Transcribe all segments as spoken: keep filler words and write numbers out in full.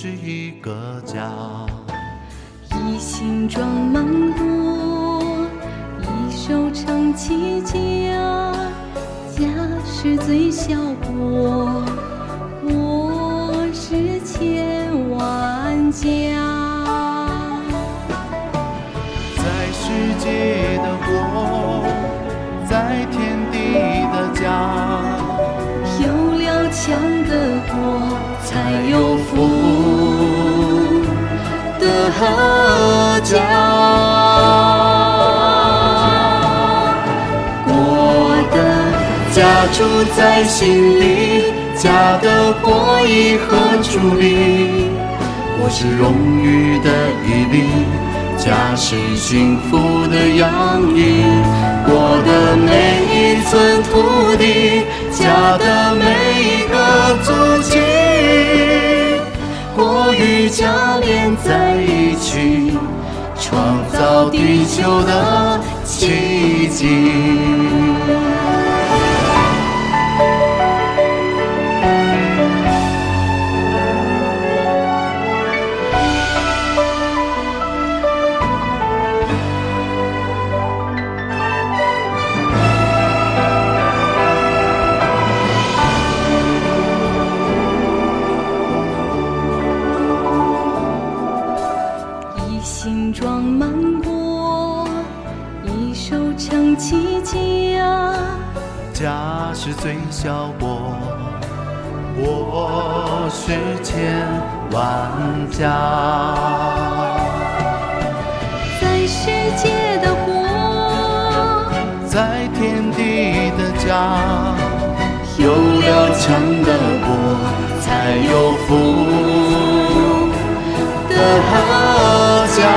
是一个家。 一心装满国，一手撑起家。家是最小国，国是千万家。 在世界的国，在天地的家。 有了强的国，才有富的家。国的家住在心里，家的国以何助力？ 国是荣誉的毅力，家是幸福的洋溢。国的每一寸土地，家的每一个足迹，国与家连在一起，创造地球的奇迹。 一心装满国，一手撑起家。 家是最小国，国是千万家。 在世界的国， 在天地的家。有了强的国，才有富的家。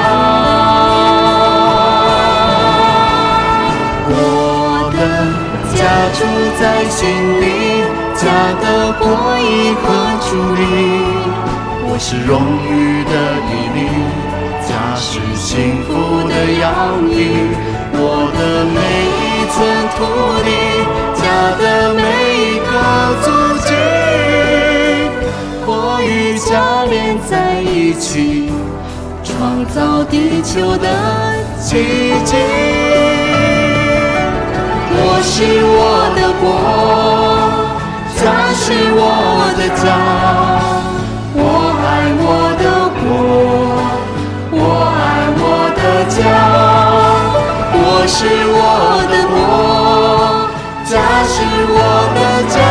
国的家住在心里，家的国以何助力？国是荣誉的毅力，家是幸福的洋溢。国的每一寸土地，家的每一个足迹，国与家连在一起，创造地球的奇迹。国是我的国，家是我的家。我爱我的国，我爱我的家。国是我的国，家是我的家。